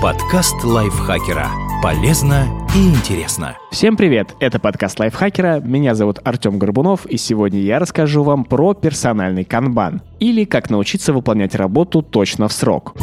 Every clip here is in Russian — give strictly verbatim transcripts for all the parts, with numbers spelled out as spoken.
Подкаст лайфхакера. Полезно и интересно. Всем привет! Это подкаст лайфхакера. Меня зовут Артем Горбунов, и сегодня я расскажу вам про персональный канбан, или как научиться выполнять работу точно в срок.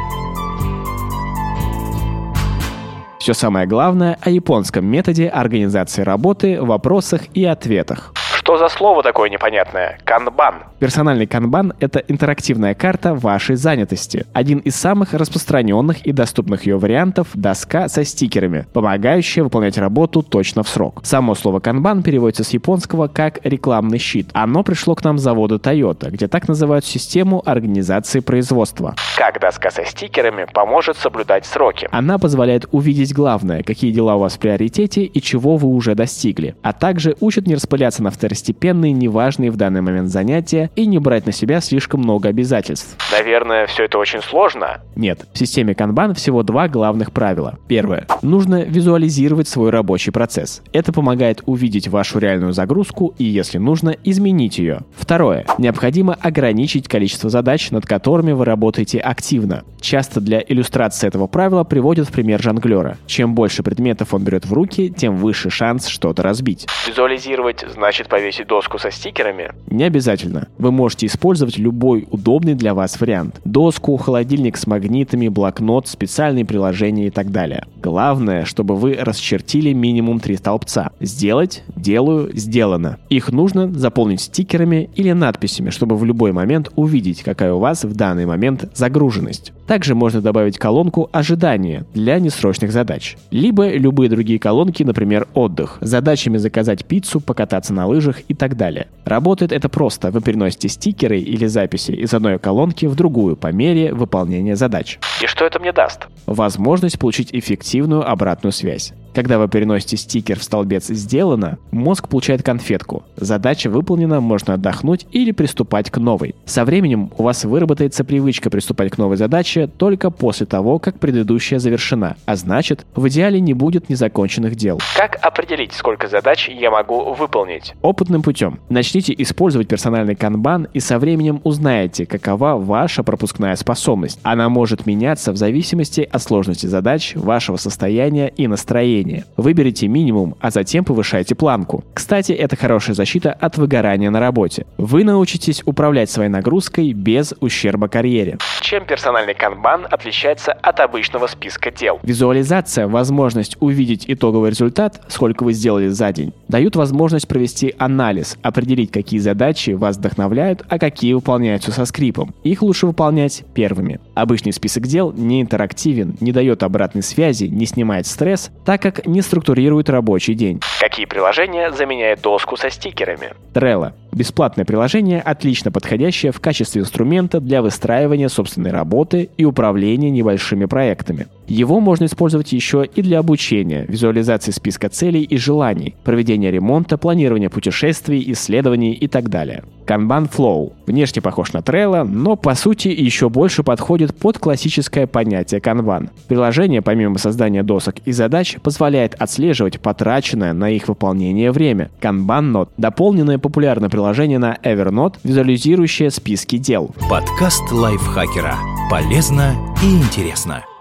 Все самое главное о японском методе организации работы, вопросах и ответах. Что за слово такое непонятное? Канбан. Персональный канбан — это интерактивная карта вашей занятости. Один из самых распространенных и доступных ее вариантов — доска со стикерами, помогающая выполнять работу точно в срок. Само слово канбан переводится с японского как «рекламный щит». Оно пришло к нам с завода Toyota, где так называют систему организации производства. Как доска со стикерами поможет соблюдать сроки? Она позволяет увидеть главное, какие дела у вас в приоритете и чего вы уже достигли, а также учит не распыляться на второстепенные, неважные в данный момент занятия и не брать на себя слишком много обязательств. Наверное, все это очень сложно? Нет, в системе Kanban всего два главных правила. Первое. Нужно визуализировать свой рабочий процесс. Это помогает увидеть вашу реальную загрузку и, если нужно, изменить ее. Второе. Необходимо ограничить количество задач, над которыми вы работаете активно. Часто для иллюстрации этого правила приводят в пример жонглера. Чем больше предметов он берет в руки, тем выше шанс что-то разбить. Визуализировать значит повесить доску со стикерами? Не обязательно. Вы можете использовать любой удобный для вас вариант. Доску, холодильник с магнитами, блокнот, специальные приложения и так далее. Главное, чтобы вы расчертили минимум три столбца. Сделать, делаю, сделано. Их нужно заполнить стикерами или надписями, чтобы в любой момент увидеть, какая у вас в данный момент загруженность. Также можно добавить колонку «Ожидание» для несрочных задач. Либо любые другие колонки, например, «Отдых», с задачами заказать пиццу, покататься на лыжах и так далее. Работает это просто. Вы переносите стикеры или записи из одной колонки в другую по мере выполнения задач. И что это мне даст? Возможность получить эффективную обратную связь. Когда вы переносите стикер в столбец «Сделано», мозг получает конфетку. Задача выполнена, можно отдохнуть или приступать к новой. Со временем у вас выработается привычка приступать к новой задаче только после того, как предыдущая завершена, а значит, в идеале не будет незаконченных дел. Как определить, сколько задач я могу выполнить? Опытным путем. Начните использовать персональный канбан и со временем узнаете, какова ваша пропускная способность. Она может меняться в зависимости от сложности задач, вашего состояния и настроения. Выберите минимум, а затем повышайте планку. Кстати, это хорошая защита от выгорания на работе. Вы научитесь управлять своей нагрузкой без ущерба карьере. Чем персональный канбан отличается от обычного списка дел? Визуализация, возможность увидеть итоговый результат, сколько вы сделали за день, дают возможность провести анализ, определить, какие задачи вас вдохновляют, а какие выполняются со скрипом. Их лучше выполнять первыми. Обычный список дел не интерактивен, не дает обратной связи, не снимает стресс, так как не структурирует рабочий день. Какие приложения заменяют доску со стикерами? Trello. Бесплатное приложение, отлично подходящее в качестве инструмента для выстраивания собственной работы и управления небольшими проектами. Его можно использовать еще и для обучения, визуализации списка целей и желаний, проведения ремонта, планирования путешествий, исследований и так далее. Kanban Flow. Внешне похож на Trello, но по сути еще больше подходит под классическое понятие Kanban. Приложение, помимо создания досок и задач, позволяет отслеживать потраченное на их выполнение время. Kanban Note – дополненное популярное приложение на Evernote, визуализирующее списки дел. Подкаст лайфхакера. Полезно и интересно.